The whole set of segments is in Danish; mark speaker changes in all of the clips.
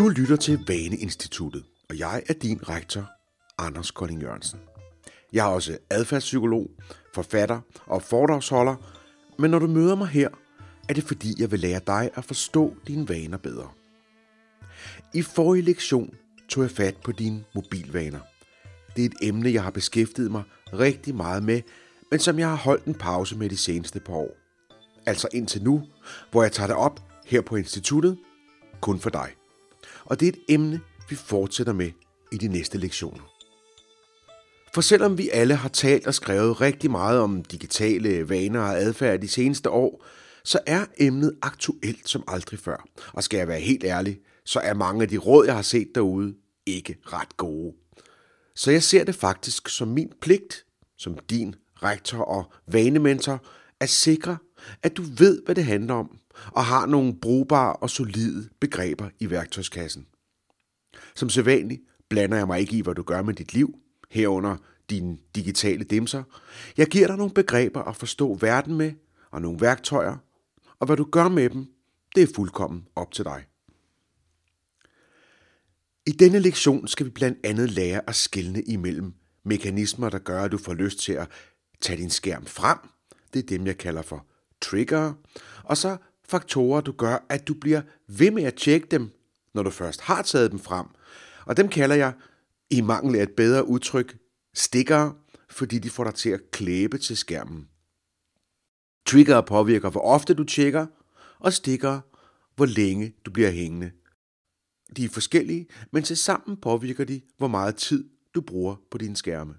Speaker 1: Du lytter til Vaneinstituttet, og jeg er din rektor, Anders Kolding Jørgensen. Jeg er også adfærdspsykolog, forfatter og foredragsholder, men når du møder mig her, er det fordi, jeg vil lære dig at forstå dine vaner bedre. I forrige lektion tog jeg fat på dine mobilvaner. Det er et emne, jeg har beskæftiget mig rigtig meget med, men som jeg har holdt en pause med de seneste par år. Altså indtil nu, hvor jeg tager det op her på instituttet, kun for dig. Og det er et emne, vi fortsætter med i de næste lektioner. For selvom vi alle har talt og skrevet rigtig meget om digitale vaner og adfærd de seneste år, så er emnet aktuelt som aldrig før. Og skal jeg være helt ærlig, så er mange af de råd, jeg har set derude, ikke ret gode. Så jeg ser det faktisk som min pligt, som din rektor og vanementor, at sikre, at du ved, hvad det handler om, og har nogle brugbare og solide begreber i værktøjskassen. Som sædvanligt blander jeg mig ikke i, hvad du gør med dit liv, herunder dine digitale dimser. Jeg giver dig nogle begreber at forstå verden med, og nogle værktøjer, og hvad du gør med dem, det er fuldkommen op til dig. I denne lektion skal vi blandt andet lære at skelne imellem mekanismer, der gør, at du får lyst til at tage din skærm frem. Det er dem, jeg kalder for trigger. Og så faktorer, du gør, at du bliver ved med at tjekke dem, når du først har taget dem frem. Og dem kalder jeg, i mangel af et bedre udtryk, stikkere, fordi de får dig til at klæbe til skærmen. Trigger påvirker, hvor ofte du tjekker, og stikkere, hvor længe du bliver hængende. De er forskellige, men tilsammen påvirker de, hvor meget tid du bruger på dine skærme.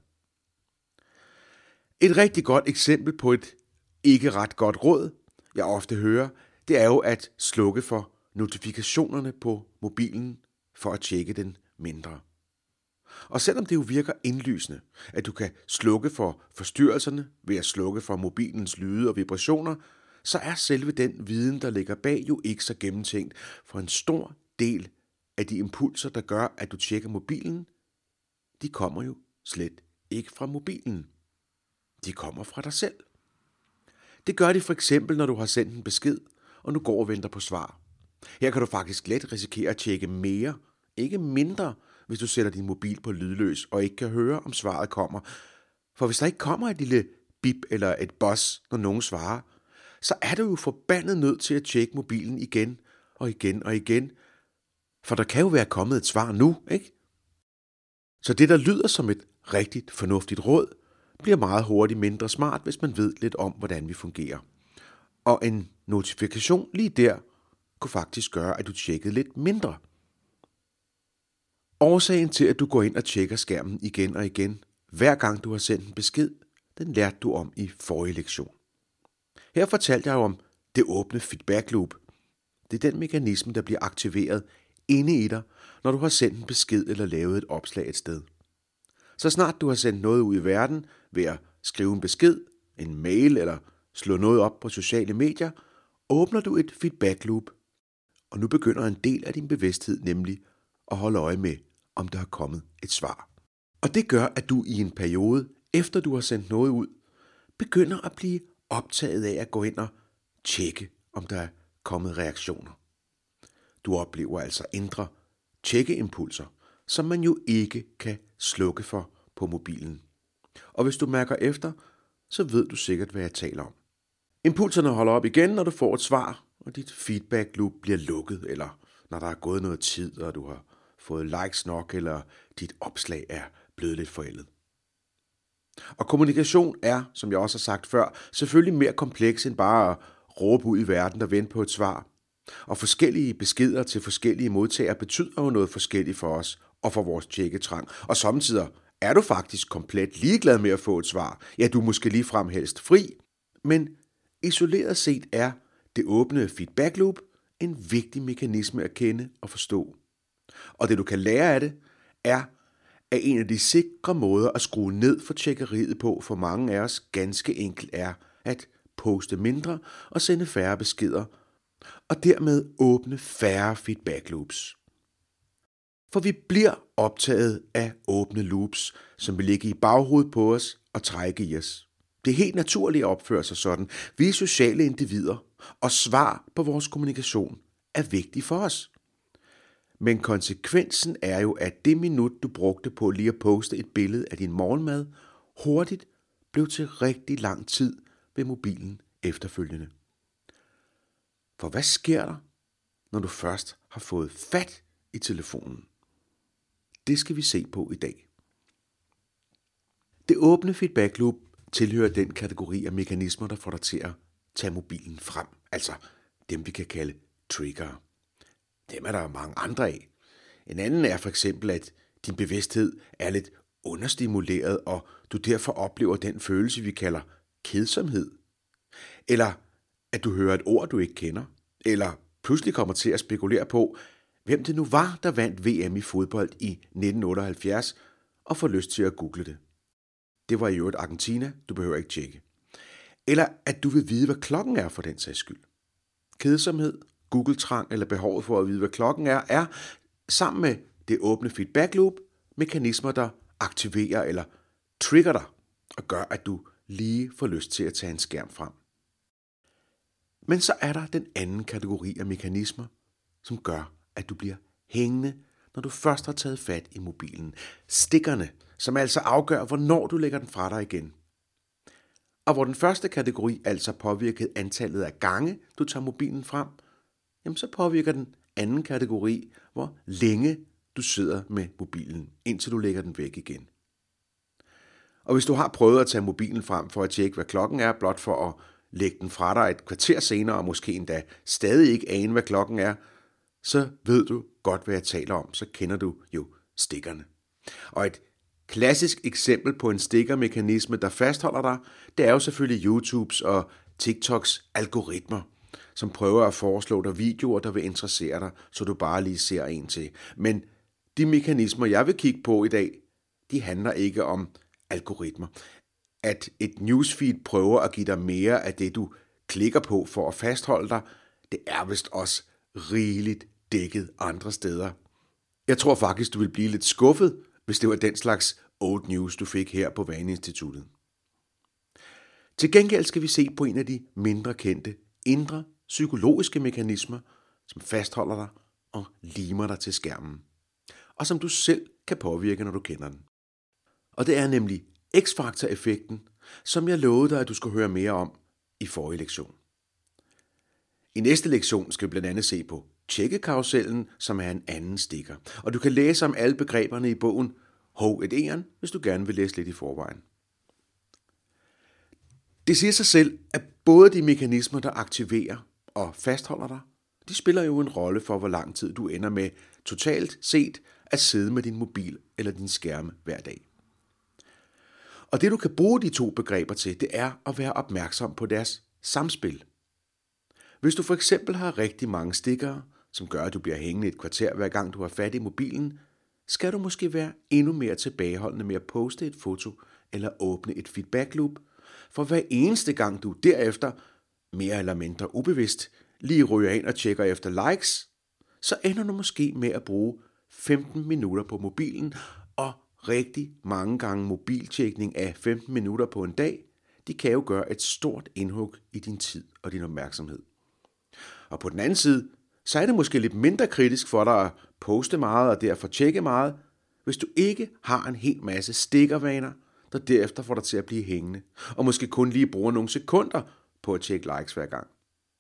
Speaker 1: Et rigtig godt eksempel på et ikke ret godt råd, jeg ofte hører, det er jo at slukke for notifikationerne på mobilen for at tjekke den mindre. Og selvom det jo virker indlysende, at du kan slukke for forstyrrelserne ved at slukke for mobilens lyde og vibrationer, så er selve den viden, der ligger bag, jo ikke så gennemtænkt, for en stor del af de impulser, der gør, at du tjekker mobilen, de kommer jo slet ikke fra mobilen. De kommer fra dig selv. Det gør de for eksempel, når du har sendt en besked, og nu går og venter på svar. Her kan du faktisk let risikere at tjekke mere, ikke mindre, hvis du sætter din mobil på lydløs og ikke kan høre, om svaret kommer. For hvis der ikke kommer et lille bip eller et buzz, når nogen svarer, så er du jo forbandet nødt til at tjekke mobilen igen og igen og igen. For der kan jo være kommet et svar nu, ikke? Så det, der lyder som et rigtigt fornuftigt råd, bliver meget hurtigt mindre smart, hvis man ved lidt om, hvordan vi fungerer. Og en notifikation lige der kunne faktisk gøre, at du tjekkede lidt mindre. Årsagen til, at du går ind og tjekker skærmen igen og igen, hver gang du har sendt en besked, den lærte du om i forrige lektion. Her fortalte jeg jo om det åbne feedback loop. Det er den mekanisme, der bliver aktiveret inde i dig, når du har sendt en besked eller lavet et opslag et sted. Så snart du har sendt noget ud i verden ved at skrive en besked, en mail eller slå noget op på sociale medier, åbner du et feedback loop. Og nu begynder en del af din bevidsthed nemlig at holde øje med, om der har kommet et svar. Og det gør, at du i en periode, efter du har sendt noget ud, begynder at blive optaget af at gå ind og tjekke, om der er kommet reaktioner. Du oplever altså indre tjekkeimpulser, som man jo ikke kan slukke for på mobilen. Og hvis du mærker efter, så ved du sikkert, hvad jeg taler om. Impulserne holder op igen, når du får et svar, og dit feedback loop bliver lukket, eller når der er gået noget tid, og du har fået likes nok, eller dit opslag er blevet lidt forældet. Og kommunikation er, som jeg også har sagt før, selvfølgelig mere kompleks end bare at råbe ud i verden og vente på et svar. Og forskellige beskeder til forskellige modtagere betyder jo noget forskelligt for os og for vores tjekketrang. Og samtidig er du faktisk komplet ligeglad med at få et svar. Ja, du er måske ligefrem helst fri, men isoleret set er det åbne feedback loop en vigtig mekanisme at kende og forstå. Og det du kan lære af det, er, at en af de sikre måder at skrue ned for tjekkeriet på for mange af os ganske enkelt er at poste mindre og sende færre beskeder, og dermed åbne færre feedback loops. For vi bliver optaget af åbne loops, som vil ligge i baghovedet på os og trække i os. Det er helt naturligt at opføre sig sådan. Vi er sociale individer, og svar på vores kommunikation er vigtigt for os. Men konsekvensen er jo, at det minut, du brugte på lige at poste et billede af din morgenmad, hurtigt blev til rigtig lang tid ved mobilen efterfølgende. For hvad sker der, når du først har fået fat i telefonen? Det skal vi se på i dag. Det åbne feedback loop tilhører den kategori af mekanismer, der får dig til at tage mobilen frem. Altså dem, vi kan kalde triggere. Dem er der mange andre af. En anden er for eksempel, at din bevidsthed er lidt understimuleret, og du derfor oplever den følelse, vi kalder kedsomhed. Eller at du hører et ord, du ikke kender. Eller pludselig kommer til at spekulere på, hvem det nu var, der vandt VM i fodbold i 1978, og får lyst til at google det. Det var i øvrigt Argentina, du behøver ikke tjekke. Eller at du vil vide, hvad klokken er for den sags skyld. Kedsomhed, Google-trang eller behovet for at vide, hvad klokken er sammen med det åbne feedback loop, mekanismer, der aktiverer eller trigger dig og gør, at du lige får lyst til at tage en skærm frem. Men så er der den anden kategori af mekanismer, som gør, at du bliver hængende, når du først har taget fat i mobilen. Stikkerne, som altså afgør, hvornår du lægger den fra dig igen. Og hvor den første kategori altså påvirker antallet af gange, du tager mobilen frem, jamen så påvirker den anden kategori, hvor længe du sidder med mobilen, indtil du lægger den væk igen. Og hvis du har prøvet at tage mobilen frem for at tjekke, hvad klokken er, blot for at lægge den fra dig et kvarter senere, og måske endda stadig ikke ane, hvad klokken er, så ved du godt, hvad jeg taler om. Så kender du jo stikkerne. Og et klassisk eksempel på en stikkermekanisme, der fastholder dig, det er jo selvfølgelig YouTubes og TikToks algoritmer, som prøver at foreslå dig videoer, der vil interessere dig, så du bare lige ser en til. Men de mekanismer, jeg vil kigge på i dag, de handler ikke om algoritmer. At et newsfeed prøver at give dig mere af det, du klikker på for at fastholde dig, det er vist også rigeligt dækket andre steder. Jeg tror faktisk, du vil blive lidt skuffet, hvis det var den slags old news, du fik her på Vaneinstituttet. Til gengæld skal vi se på en af de mindre kendte, indre psykologiske mekanismer, som fastholder dig og limer dig til skærmen, og som du selv kan påvirke, når du kender den. Og det er nemlig X-faktor-effekten, som jeg lovede dig, at du skulle høre mere om i forrige lektion. I næste lektion skal vi blandt andet se på tjekkekarusellen, som er en anden stikker. Og du kan læse om alle begreberne i bogen Hov et Eren, hvis du gerne vil læse lidt i forvejen. Det siger sig selv, at både de mekanismer, der aktiverer og fastholder dig, de spiller jo en rolle for, hvor lang tid du ender med totalt set at sidde med din mobil eller din skærme hver dag. Og det du kan bruge de to begreber til, det er at være opmærksom på deres samspil. Hvis du for eksempel har rigtig mange stikkere, som gør, at du bliver hængende et kvarter hver gang du har fat i mobilen, skal du måske være endnu mere tilbageholdende med at poste et foto eller åbne et feedback loop, for hver eneste gang du derefter, mere eller mindre ubevidst, lige ryger ind og tjekker efter likes, så ender du måske med at bruge 15 minutter på mobilen, og rigtig mange gange mobiltjekning af 15 minutter på en dag, de kan jo gøre et stort indhug i din tid og din opmærksomhed. Og på den anden side, så er det måske lidt mindre kritisk for dig at poste meget og derfor tjekke meget, hvis du ikke har en hel masse stikkervaner, der derefter får dig til at blive hængende, og måske kun lige bruger nogle sekunder på at tjekke likes hver gang.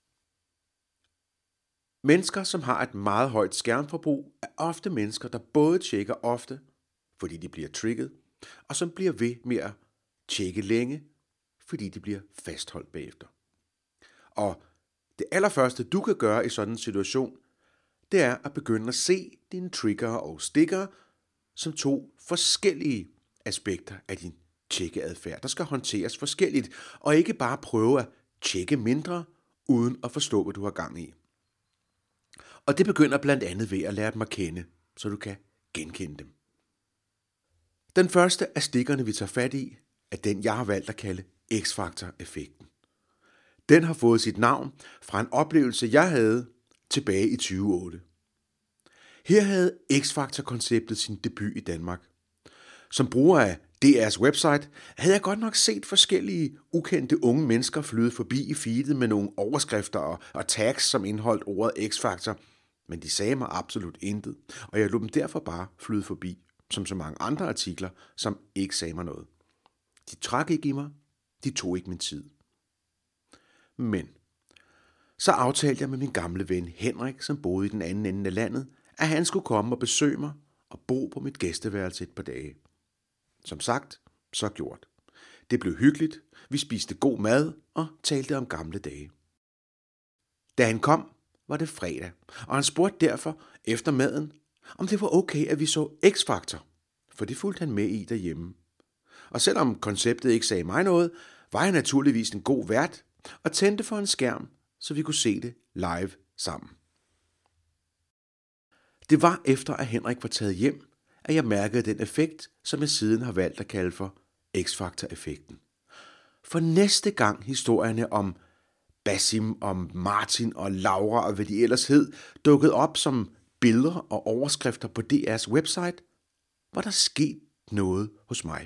Speaker 1: Mennesker, som har et meget højt skærmforbrug, er ofte mennesker, der både tjekker ofte, fordi de bliver trigget, og som bliver ved med at tjekke længe, fordi de bliver fastholdt bagefter. Og det allerførste, du kan gøre i sådan en situation, det er at begynde at se dine trigger og stikker som to forskellige aspekter af din tjekkeadfærd, der skal håndteres forskelligt, og ikke bare prøve at tjekke mindre, uden at forstå, hvad du har gang i. Og det begynder blandt andet ved at lære dem at kende, så du kan genkende dem. Den første af stikkerne, vi tager fat i, er den, jeg har valgt at kalde X-faktor-effekten. Den har fået sit navn fra en oplevelse, jeg havde tilbage i 2008. Her havde X-faktor-konceptet sin debut i Danmark. Som bruger af DR's website havde jeg godt nok set forskellige ukendte unge mennesker flyde forbi i feedet med nogle overskrifter og tags, som indeholdt ordet X-faktor. Men de sagde mig absolut intet, og jeg lod dem derfor bare flyde forbi, som så mange andre artikler, som ikke sagde mig noget. De trak ikke i mig, de tog ikke min tid. Men så aftalte jeg med min gamle ven Henrik, som boede i den anden ende af landet, at han skulle komme og besøge mig og bo på mit gæsteværelse et par dage. Som sagt, så gjort. Det blev hyggeligt, vi spiste god mad og talte om gamle dage. Da han kom, var det fredag, og han spurgte derfor efter maden, om det var okay, at vi så X-Factor, for det fulgte han med i derhjemme. Og selvom konceptet ikke sagde mig noget, var jeg naturligvis en god vært og tændte for en skærm, så vi kunne se det live sammen. Det var efter, at Henrik var taget hjem, at jeg mærkede den effekt, som jeg siden har valgt at kalde for X-Factor-effekten. For næste gang historierne om Basim, om Martin og Laura og hvad de ellers hed, dukkede op som billeder og overskrifter på DR's website, var der sket noget hos mig.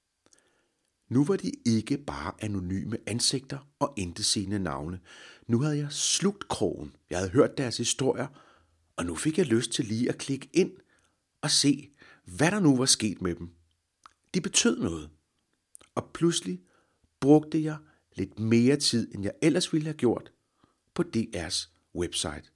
Speaker 1: Nu var de ikke bare anonyme ansigter og intetsigende navne. Nu havde jeg slugt krogen. Jeg havde hørt deres historier, og nu fik jeg lyst til lige at klikke ind og se, hvad der nu var sket med dem. De betød noget. Og pludselig brugte jeg lidt mere tid, end jeg ellers ville have gjort, på DR's website.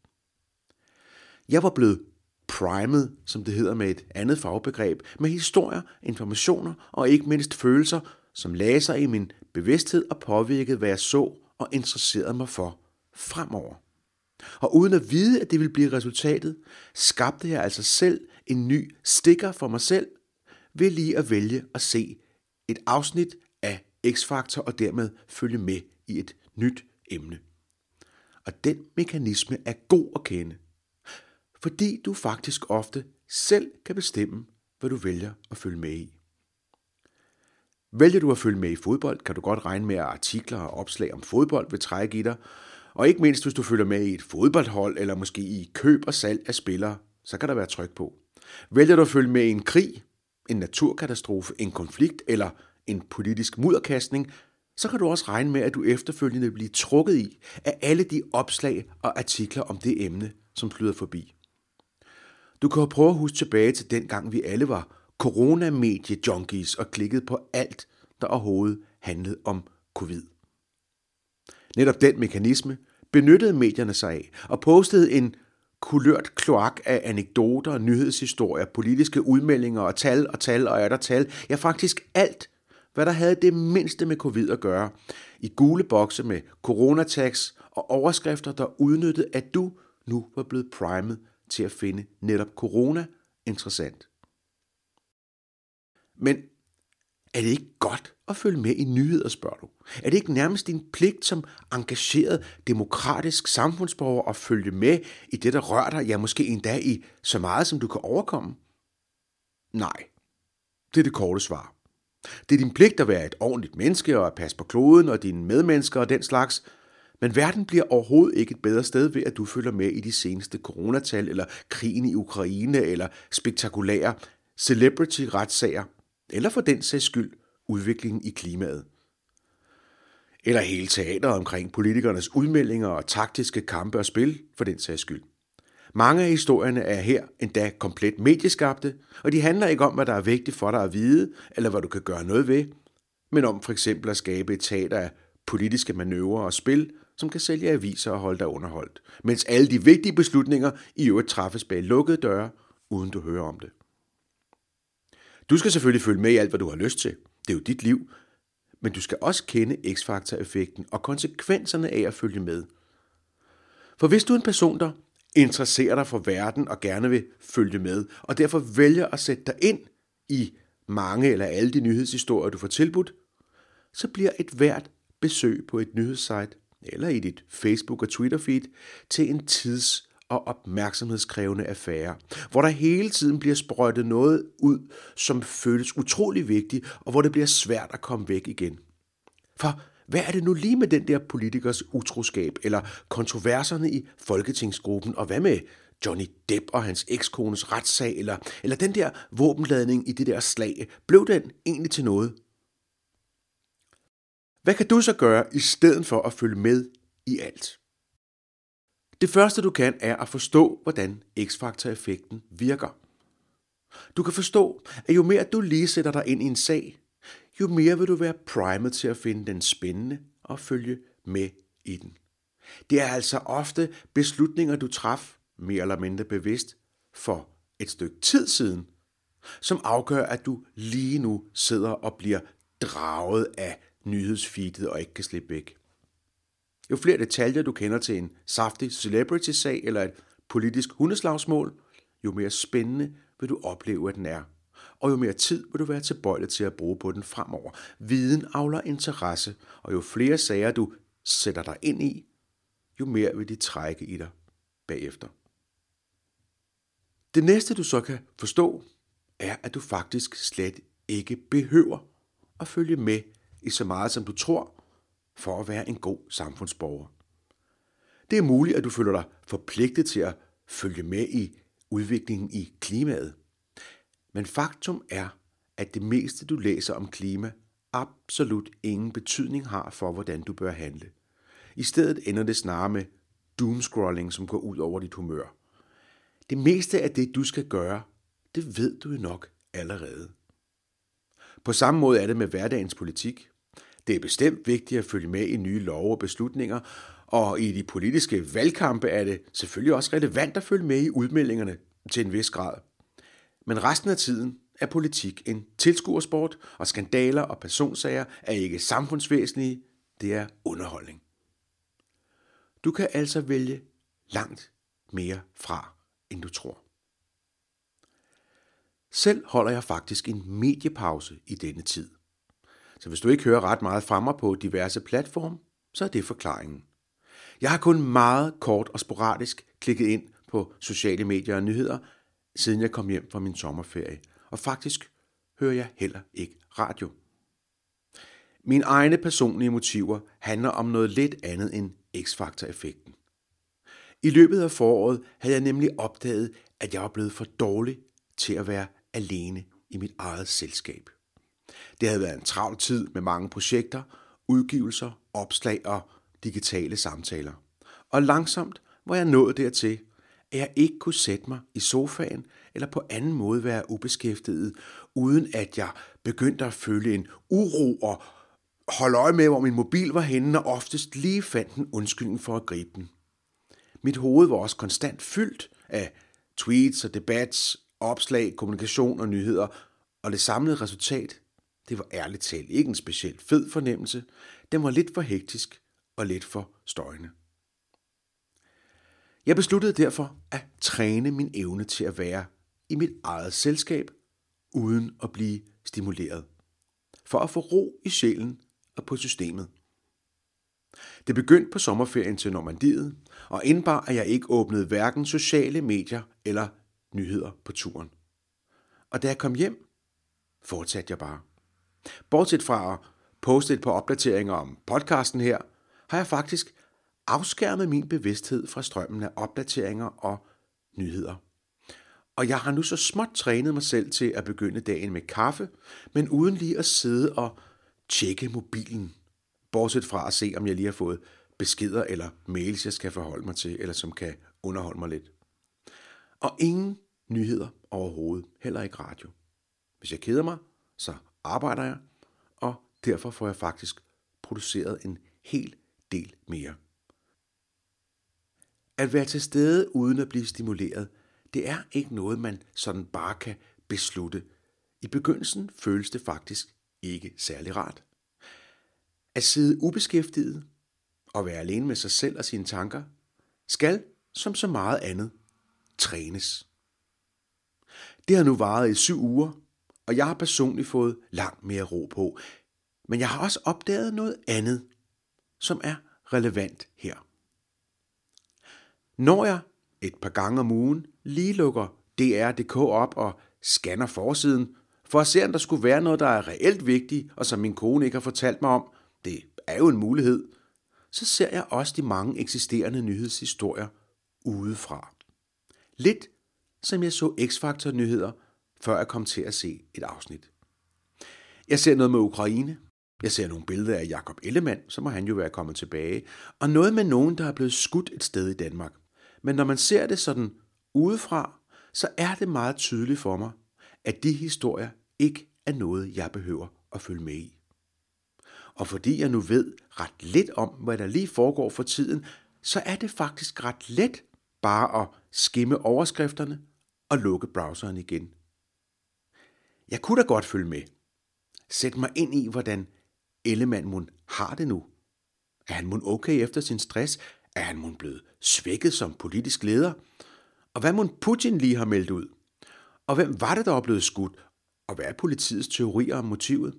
Speaker 1: Jeg var blevet primet, som det hedder med et andet fagbegreb, med historier, informationer og ikke mindst følelser, som lagde sig i min bevidsthed og påvirkede, hvad jeg så og interesserede mig for fremover. Og uden at vide, at det ville blive resultatet, skabte jeg altså selv en ny stikker for mig selv, ved lige at vælge at se et afsnit af X-Factor og dermed følge med i et nyt emne. Og den mekanisme er god at kende, fordi du faktisk ofte selv kan bestemme, hvad du vælger at følge med i. Vælger du at følge med i fodbold, kan du godt regne med, at artikler og opslag om fodbold vil trække i dig, og ikke mindst hvis du følger med i et fodboldhold eller måske i køb og salg af spillere, så kan der være tryk på. Vælger du at følge med i en krig, en naturkatastrofe, en konflikt eller en politisk mudderkastning, så kan du også regne med, at du efterfølgende bliver trukket i af alle de opslag og artikler om det emne, som flyder forbi. Du kan jo prøve at huske tilbage til dengang vi alle var coronamedie-junkies og klikkede på alt, der overhovedet handlede om covid. Netop den mekanisme benyttede medierne sig af og postede en kulørt kloak af anekdoter, nyhedshistorier, politiske udmeldinger og tal og atter tal. Ja, faktisk alt, hvad der havde det mindste med covid at gøre. I gule bokse med coronatags og overskrifter, der udnyttede, at du nu var blevet primet til at finde netop corona interessant. Men er det ikke godt at følge med i nyheder, spørger du? Er det ikke nærmest din pligt som engageret demokratisk samfundsborger at følge med i det, der rører dig, ja måske endda i så meget, som du kan overkomme? Nej, det er det korte svar. Det er din pligt at være et ordentligt menneske og at passe på kloden og dine medmennesker og den slags, men verden bliver overhovedet ikke et bedre sted ved, at du følger med i de seneste coronatal eller krigen i Ukraine eller spektakulære celebrity-retssager, eller for den sags skyld udviklingen i klimaet. Eller hele teateret omkring politikernes udmeldinger og taktiske kampe og spil, for den sags skyld. Mange af historierne er her endda komplet medieskabte, og de handler ikke om, hvad der er vigtigt for dig at vide, eller hvad du kan gøre noget ved, men om for eksempel at skabe et teater af politiske manøvrer og spil, som kan sælge aviser og holde dig underholdt, mens alle de vigtige beslutninger i øvrigt træffes bag lukkede døre, uden du hører om det. Du skal selvfølgelig følge med i alt, hvad du har lyst til. Det er jo dit liv. Men du skal også kende X-Factor-effekten og konsekvenserne af at følge med. For hvis du er en person, der interesserer dig for verden og gerne vil følge med, og derfor vælger at sætte dig ind i mange eller alle de nyhedshistorier, du får tilbudt, så bliver et hvert besøg på et nyhedssite eller i dit Facebook- og Twitter-feed til en tids- og opmærksomhedskrævende affære, hvor der hele tiden bliver sprøjtet noget ud, som føles utrolig vigtigt, og hvor det bliver svært at komme væk igen. For hvad er det nu lige med den der politikers utroskab, eller kontroverserne i folketingsgruppen, og hvad med Johnny Depp og hans ekskones retssag, eller den der våbenladning i det der slag, blev den egentlig til noget? Hvad kan du så gøre i stedet for at følge med i alt? Det første du kan er at forstå, hvordan X-faktor-effekten virker. Du kan forstå, at jo mere du lige sætter dig ind i en sag, jo mere vil du være primet til at finde den spændende og følge med i den. Det er altså ofte beslutninger, du traf mere eller mindre bevidst for et stykke tid siden, som afgør, at du lige nu sidder og bliver draget af nyhedsfeedet og ikke kan slippe væk. Jo flere detaljer du kender til en saftig celebrity-sag eller et politisk hundeslagsmål, jo mere spændende vil du opleve, at den er. Og jo mere tid vil du være tilbøjelig til at bruge på den fremover. Viden avler interesse, og jo flere sager du sætter dig ind i, jo mere vil de trække i dig bagefter. Det næste du så kan forstå, er, at du faktisk slet ikke behøver at følge med i så meget, som du tror, for at være en god samfundsborger. Det er muligt, at du føler dig forpligtet til at følge med i udviklingen i klimaet. Men faktum er, at det meste du læser om klima absolut ingen betydning har for, hvordan du bør handle. I stedet ender det snarere med doomscrolling, som går ud over dit humør. Det meste af det, du skal gøre, det ved du jo nok allerede. På samme måde er det med hverdagens politik. Det er bestemt vigtigt at følge med i nye love og beslutninger, og i de politiske valgkampe er det selvfølgelig også relevant at følge med i udmeldingerne til en vis grad. Men resten af tiden er politik en tilskuersport, og skandaler og personsager er ikke samfundsvæsentlige, det er underholdning. Du kan altså vælge langt mere fra, end du tror. Selv holder jeg faktisk en mediepause i denne tid. Så hvis du ikke hører ret meget fra mig på diverse platforme, så er det forklaringen. Jeg har kun meget kort og sporadisk klikket ind på sociale medier og nyheder, siden jeg kom hjem fra min sommerferie. Og faktisk hører jeg heller ikke radio. Mine egne personlige motiver handler om noget lidt andet end X-faktor-effekten. I løbet af foråret havde jeg nemlig opdaget, at jeg var blevet for dårlig til at være alene i mit eget selskab. Det havde været en travl tid med mange projekter, udgivelser, opslag og digitale samtaler. Og langsomt var jeg nået dertil, at jeg ikke kunne sætte mig i sofaen eller på anden måde være ubeskæftiget, uden at jeg begyndte at føle en uro og holde øje med, hvor min mobil var henne, og oftest lige fandt en undskyldning for at gribe den. Mit hoved var også konstant fyldt af tweets og debatter, opslag, kommunikation og nyheder, og det samlede resultat, det var ærligt talt ikke en specielt fed fornemmelse. Den var lidt for hektisk og lidt for støjende. Jeg besluttede derfor at træne min evne til at være i mit eget selskab, uden at blive stimuleret. For at få ro i sjælen og på systemet. Det begyndte på sommerferien til Normandiet, og indebar, at jeg ikke åbnede hverken sociale medier eller nyheder på turen. Og da jeg kom hjem, fortsatte jeg bare. Bortset fra at poste et par opdateringer om podcasten her, har jeg faktisk afskærmet min bevidsthed fra strømmen af opdateringer og nyheder. Og jeg har nu så småt trænet mig selv til at begynde dagen med kaffe, men uden lige at sidde og tjekke mobilen. Bortset fra at se, om jeg lige har fået beskeder eller mails, jeg skal forholde mig til, eller som kan underholde mig lidt. Og ingen nyheder overhovedet, heller ikke radio. Hvis jeg keder mig, så arbejder jeg, og derfor får jeg faktisk produceret en hel del mere. At være til stede uden at blive stimuleret, det er ikke noget, man sådan bare kan beslutte. I begyndelsen føles det faktisk ikke særlig rart. At sidde ubeskæftiget og være alene med sig selv og sine tanker, skal, som så meget andet, trænes. Det har nu varet i 7 uger, og jeg har personligt fået langt mere ro på. Men jeg har også opdaget noget andet, som er relevant her. Når jeg et par gange om ugen lige lukker DR.dk op og scanner forsiden, for at se, om der skulle være noget, der er reelt vigtigt, og som min kone ikke har fortalt mig om, det er jo en mulighed, så ser jeg også de mange eksisterende nyhedshistorier udefra. Lidt som jeg så X-Factor-nyheder, før jeg kom til at se et afsnit. Jeg ser noget med Ukraine. Jeg ser nogle billeder af Jakob Ellemann, så må han jo være kommet tilbage. Og noget med nogen, der er blevet skudt et sted i Danmark. Men når man ser det sådan udefra, så er det meget tydeligt for mig, at de historier ikke er noget, jeg behøver at følge med i. Og fordi jeg nu ved ret lidt om, hvad der lige foregår for tiden, så er det faktisk ret let bare at skimme overskrifterne og lukke browseren igen. Jeg kunne da godt følge med. Sæt mig ind i, hvordan Ellemann mon har det nu. Er han mon okay efter sin stress? Er han mon blevet svækket som politisk leder? Og hvad mon Putin lige har meldt ud? Og hvem var det, der var blevet skudt? Og hvad er politiets teorier om motivet?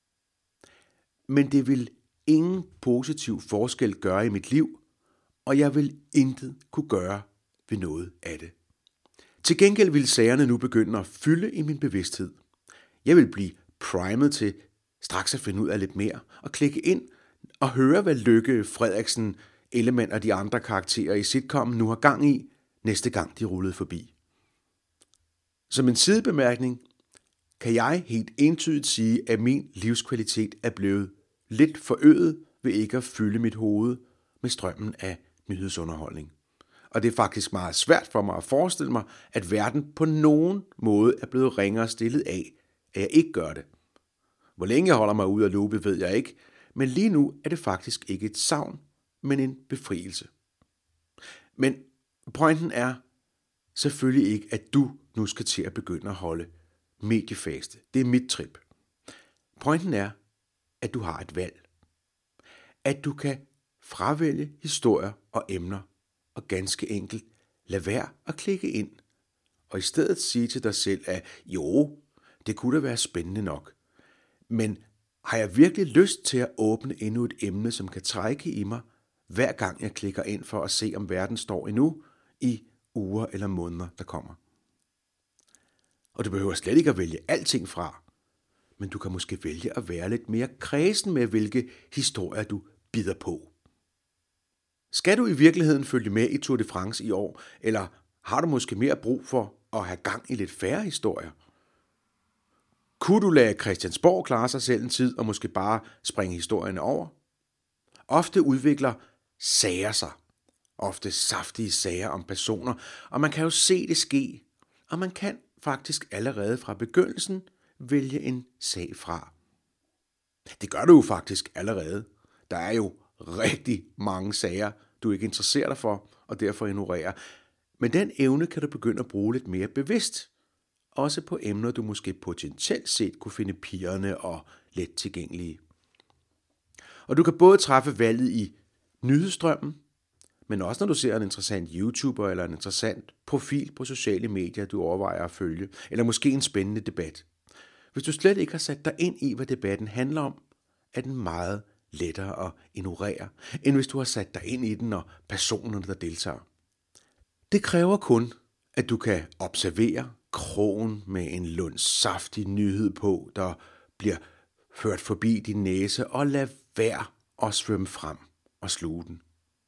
Speaker 1: Men det vil ingen positiv forskel gøre i mit liv, og jeg vil intet kunne gøre ved noget af det. Til gengæld vil sagerne nu begynde at fylde i min bevidsthed. Jeg vil blive primet til straks at finde ud af lidt mere og klikke ind og høre, hvad Løkke, Frederiksen, Ellemann og de andre karakterer i sitcomen nu har gang i, næste gang de rullede forbi. Som en sidebemærkning kan jeg helt entydigt sige, at min livskvalitet er blevet lidt forøget ved ikke at fylde mit hoved med strømmen af nyhedsunderholdning. Og det er faktisk meget svært for mig at forestille mig, at verden på nogen måde er blevet ringere stillet af, at jeg ikke gør det. Hvor længe jeg holder mig ud af loopet, ved jeg ikke, men lige nu er det faktisk ikke et savn, men en befrielse. Men pointen er selvfølgelig ikke, at du nu skal til at begynde at holde mediefaste. Det er mit trip. Pointen er, at du har et valg. At du kan fravælge historier og emner, og ganske enkelt lade være at klikke ind, og i stedet sige til dig selv, at jo, det kunne da være spændende nok. Men har jeg virkelig lyst til at åbne endnu et emne, som kan trække i mig, hver gang jeg klikker ind for at se, om verden står endnu i uger eller måneder, der kommer? Og du behøver slet ikke at vælge alting fra, men du kan måske vælge at være lidt mere kredsen med, hvilke historier du bider på. Skal du i virkeligheden følge med i Tour de France i år, eller har du måske mere brug for at have gang i lidt færre historier? Kunne du lade Christiansborg klare sig selv en tid og måske bare springe historierne over? Ofte udvikler sager sig. Ofte saftige sager om personer, og man kan jo se det ske, og man kan faktisk allerede fra begyndelsen vælge en sag fra. Det gør du jo faktisk allerede. Der er jo rigtig mange sager, du ikke interesserer dig for, og derfor ignorerer. Men den evne kan du begynde at bruge lidt mere bevidst. Også på emner, du måske potentielt set kunne finde pirrende og let tilgængelige. Og du kan både træffe valget i nyhedsstrømmen, men også når du ser en interessant YouTuber eller en interessant profil på sociale medier, du overvejer at følge, eller måske en spændende debat. Hvis du slet ikke har sat dig ind i, hvad debatten handler om, er den meget lettere at ignorere, end hvis du har sat dig ind i den og personerne, der deltager. Det kræver kun, at du kan observere krogen med en lund saftig nyhed på, der bliver ført forbi din næse, og lad være at svømme frem og sluge den.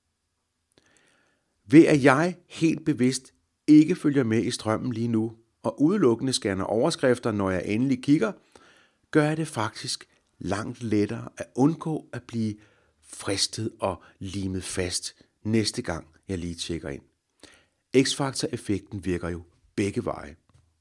Speaker 1: Ved at jeg helt bevidst ikke følger med i strømmen lige nu, og udelukkende scanner overskrifter, når jeg endelig kigger, gør jeg det faktisk langt lettere at undgå at blive fristet og limet fast næste gang jeg lige tjekker ind. X-faktor-effekten virker jo begge veje.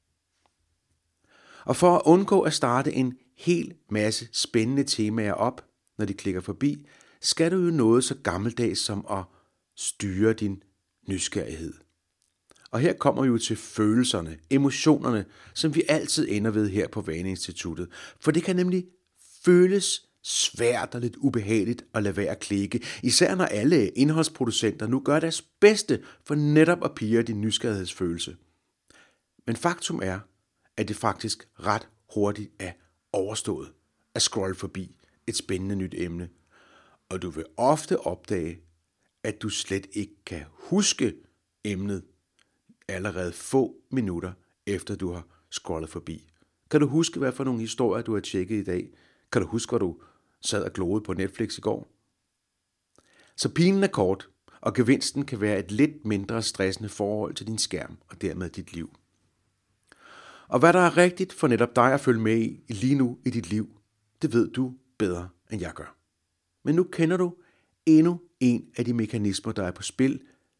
Speaker 1: Og for at undgå at starte en hel masse spændende temaer op, når de klikker forbi, skal du jo noget så gammeldags som at styre din nysgerrighed. Og her kommer vi jo til følelserne, emotionerne, som vi altid ender ved her på Vaneinstituttet. For det kan nemlig føles svært og lidt ubehageligt at lade være at klikke, især når alle indholdsproducenter nu gør deres bedste for netop at pirre din nysgerrighedsfølelse. Men faktum er, at det faktisk ret hurtigt er overstået at scrolle forbi et spændende nyt emne. Og du vil ofte opdage, at du slet ikke kan huske emnet allerede få minutter efter du har scrollet forbi. Kan du huske, hvad for nogle historier du har tjekket i dag? Kan du huske, hvor du sad og gloede på Netflix i går? Så pinen er kort, og gevinsten kan være et lidt mindre stressende forhold til din skærm og dermed dit liv. Og hvad der er rigtigt for netop dig at følge med i lige nu i dit liv, det ved du bedre end jeg gør. Men nu kender du endnu en af de mekanismer, der er på spil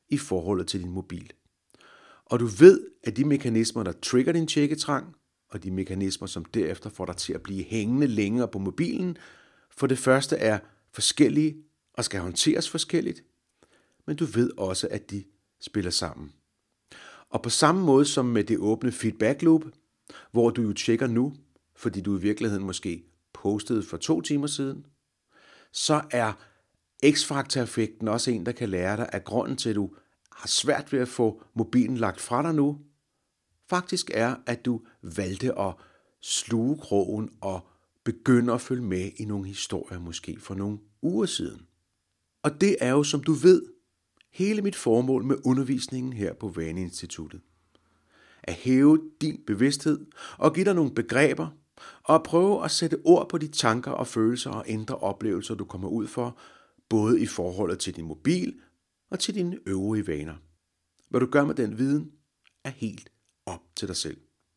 Speaker 1: i forholdet til din mobil. Og du ved, at de mekanismer, der trigger din tjekketrang, og de mekanismer, som derefter får dig til at blive hængende længere på mobilen, for det første er forskellige og skal håndteres forskelligt, men du ved også, at de spiller sammen. Og på samme måde som med det åbne feedback loop, hvor du jo tjekker nu, fordi du i virkeligheden måske postede for 2 timer siden, så er X-faktor-effekten også en, der kan lære dig, at grunden til, at du har svært ved at få mobilen lagt fra dig nu, faktisk er, at du valgte at sluge krogen og begynde at følge med i nogle historier, måske for nogle uger siden. Og det er jo, som du ved, hele mit formål med undervisningen her på Vaneinstituttet. At hæve din bevidsthed og give dig nogle begreber, og at prøve at sætte ord på de tanker og følelser og indre oplevelser, du kommer ud for, både i forholdet til din mobil og til dine øvrige vaner. Hvad du gør med den viden, er helt op til dig selv.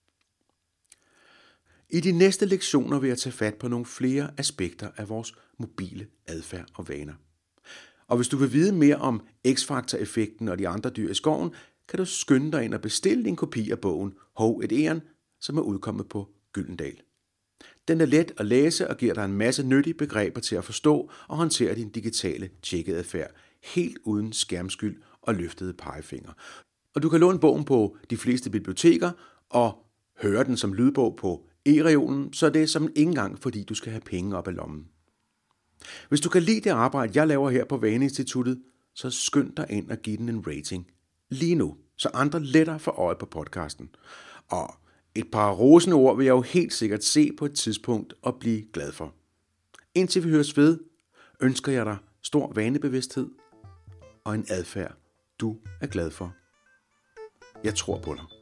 Speaker 1: I de næste lektioner vil jeg tage fat på nogle flere aspekter af vores mobile adfærd og vaner. Og hvis du vil vide mere om X-faktor-effekten og de andre dyr i skoven, kan du skynde dig ind og bestille din kopi af bogen Hov et Egern, som er udkommet på Gyldendal. Den er let at læse og giver dig en masse nyttige begreber til at forstå og håndtere din digitale tjekkeadfærd, helt uden skærmskyld og løftede pegefinger. Og du kan låne bogen på de fleste biblioteker og høre den som lydbog på e-reolen, så det er som ikke engang, fordi du skal have penge op af lommen. Hvis du kan lide det arbejde, jeg laver her på Vaneinstituttet, så skynd dig ind og giv den en rating lige nu, så andre lettere får øje på podcasten. Og et par rosende ord vil jeg jo helt sikkert se på et tidspunkt og blive glad for. Indtil vi høres ved, ønsker jeg dig stor vanebevidsthed og en adfærd, du er glad for. Jeg tror på dig.